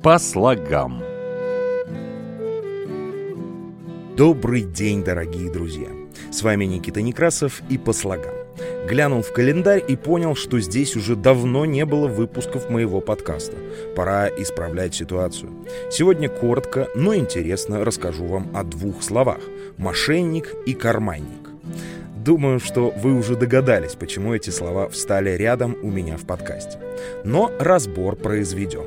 По слогам. Добрый день, дорогие друзья! С вами Никита Некрасов и «По слогам». Глянул в календарь и понял, что здесь уже давно не было выпусков моего подкаста. Пора исправлять ситуацию. Сегодня коротко, но интересно расскажу вам о двух словах – мошенник и карманник. Думаю, что вы уже догадались, почему эти слова встали рядом у меня в подкасте. Но разбор произведем.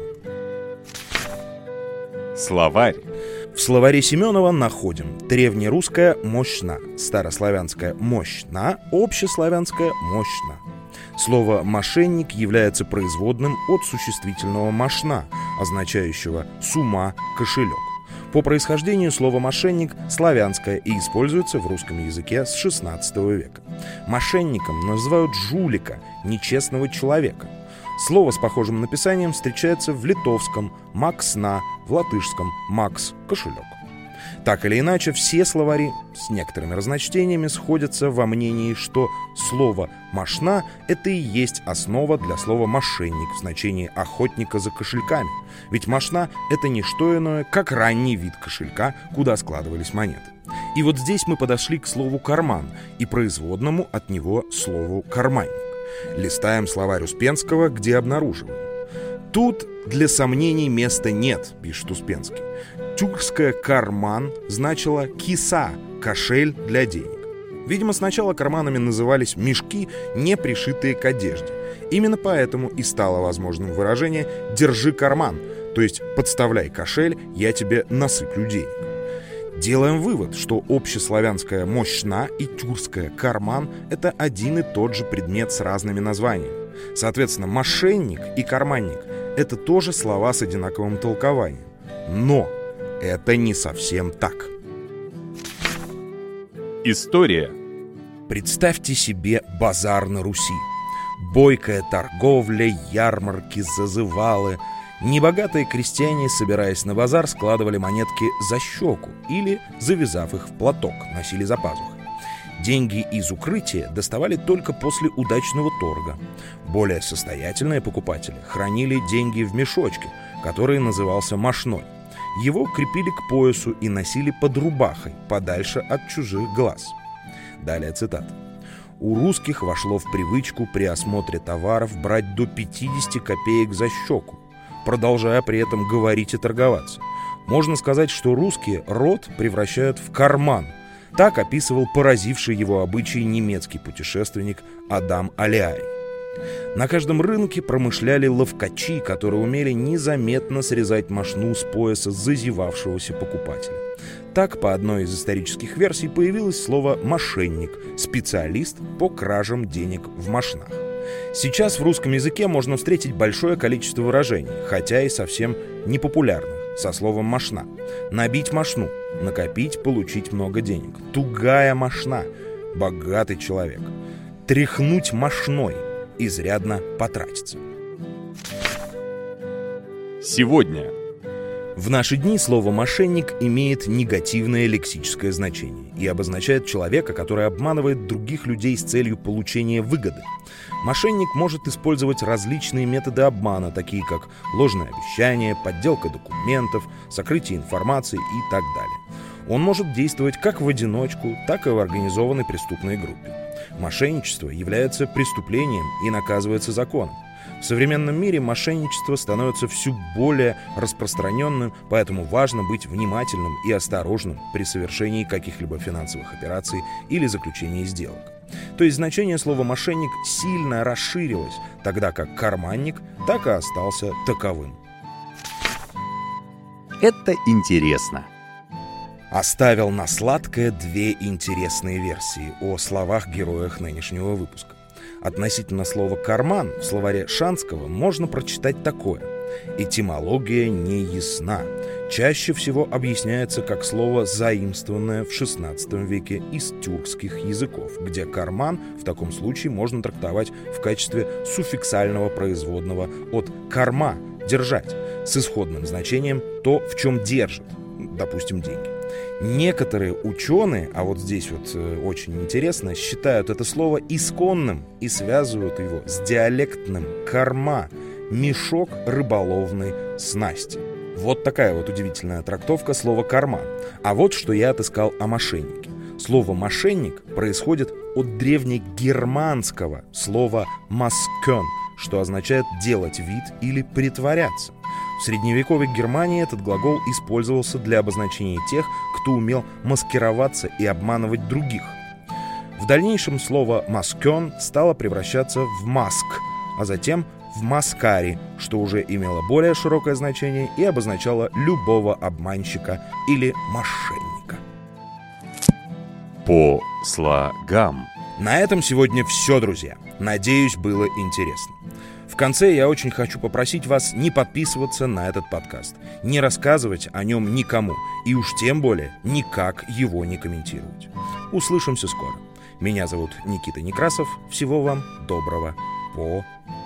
Словарь. В словаре Семенова находим древнерусское «мощна», старославянское «мощна», общеславянское «мощна». Слово «мошенник» является производным от существительного «мошна», означающего «сума», «кошелек». По происхождению слово «мошенник» славянское и используется в русском языке с XVI века. Мошенником называют жулика, нечестного человека. Слово с похожим написанием встречается в литовском «максна», в латышском «макс» — «кошелек». Так или иначе, все словари с некоторыми разночтениями сходятся во мнении, что слово «мошна» — это и есть основа для слова «мошенник» в значении охотника за кошельками. Ведь мошна — это не что иное, как ранний вид кошелька, куда складывались монеты. И вот здесь мы подошли к слову «карман» и производному от него слову «карманник». Листаем словарь Успенского, где обнаруживаем. Тут для сомнений места нет, пишет Успенский. Тюркское «карман» значило «киса», кошель для денег. Видимо, сначала карманами назывались мешки, не пришитые к одежде. Именно поэтому и стало возможным выражение «держи карман», то есть «подставляй кошель, я тебе насыплю денег». Делаем вывод, что общеславянское «мощна» и тюркское «карман» — это один и тот же предмет с разными названиями. Соответственно, мошенник и карманник — это тоже слова с одинаковым толкованием. Но это не совсем так. История. Представьте себе базар на Руси. Бойкая торговля, ярмарки, зазывалы. Небогатые крестьяне, собираясь на базар, складывали монетки за щеку или, завязав их в платок, носили за пазухой. Деньги из укрытия доставали только после удачного торга. Более состоятельные покупатели хранили деньги в мешочке, который назывался мошной. Его крепили к поясу и носили под рубахой, подальше от чужих глаз. Далее цитата. У русских вошло в привычку при осмотре товаров брать до 50 копеек за щеку, продолжая при этом говорить и торговаться. Можно сказать, что русские рот превращают в карман. Так описывал поразивший его обычай немецкий путешественник Адам Алиарий. На каждом рынке промышляли ловкачи, которые умели незаметно срезать мошну с пояса зазевавшегося покупателя. Так, по одной из исторических версий, появилось слово «мошенник», специалист по кражам денег в мошнах. Сейчас в русском языке можно встретить большое количество выражений, хотя и совсем непопулярных, со словом «мошна». Набить мошну, накопить, получить много денег. Тугая мошна, богатый человек. Тряхнуть мошной, изрядно потратиться. Сегодня. В наши дни слово «мошенник» имеет негативное лексическое значение и обозначает человека, который обманывает других людей с целью получения выгоды. Мошенник может использовать различные методы обмана, такие как ложное обещание, подделка документов, сокрытие информации и так далее. Он может действовать как в одиночку, так и в организованной преступной группе. Мошенничество является преступлением и наказывается законом. В современном мире мошенничество становится все более распространенным, поэтому важно быть внимательным и осторожным при совершении каких-либо финансовых операций или заключении сделок. То есть значение слова «мошенник» сильно расширилось, тогда как «карманник» так и остался таковым. Это интересно. Оставил на сладкое две интересные версии о словах-героях нынешнего выпуска. Относительно слова «карман» в словаре Шанского можно прочитать такое. Этимология не ясна. Чаще всего объясняется как слово, заимствованное в XVI веке из тюркских языков, где «карман» в таком случае можно трактовать в качестве суффиксального производного от «карма» — «держать», с исходным значением «то, в чем держит», допустим, деньги. Некоторые ученые, а вот здесь вот очень интересно, считают это слово исконным и связывают его с диалектным «карма» — мешок рыболовной снасти. Вот такая вот удивительная трактовка слова «карман». А вот что я отыскал о мошеннике. Слово «мошенник» происходит от древнегерманского слова «маскён», что означает «делать вид» или «притворяться». В средневековой Германии этот глагол использовался для обозначения тех, кто умел маскироваться и обманывать других. В дальнейшем слово «маскён» стало превращаться в «маск», а затем в «маскари», что уже имело более широкое значение и обозначало любого обманщика или мошенника. По слогам. На этом сегодня все, друзья. Надеюсь, было интересно. В конце я очень хочу попросить вас не подписываться на этот подкаст, не рассказывать о нем никому и уж тем более никак его не комментировать. Услышимся скоро. Меня зовут Никита Некрасов. Всего вам доброго. Пока.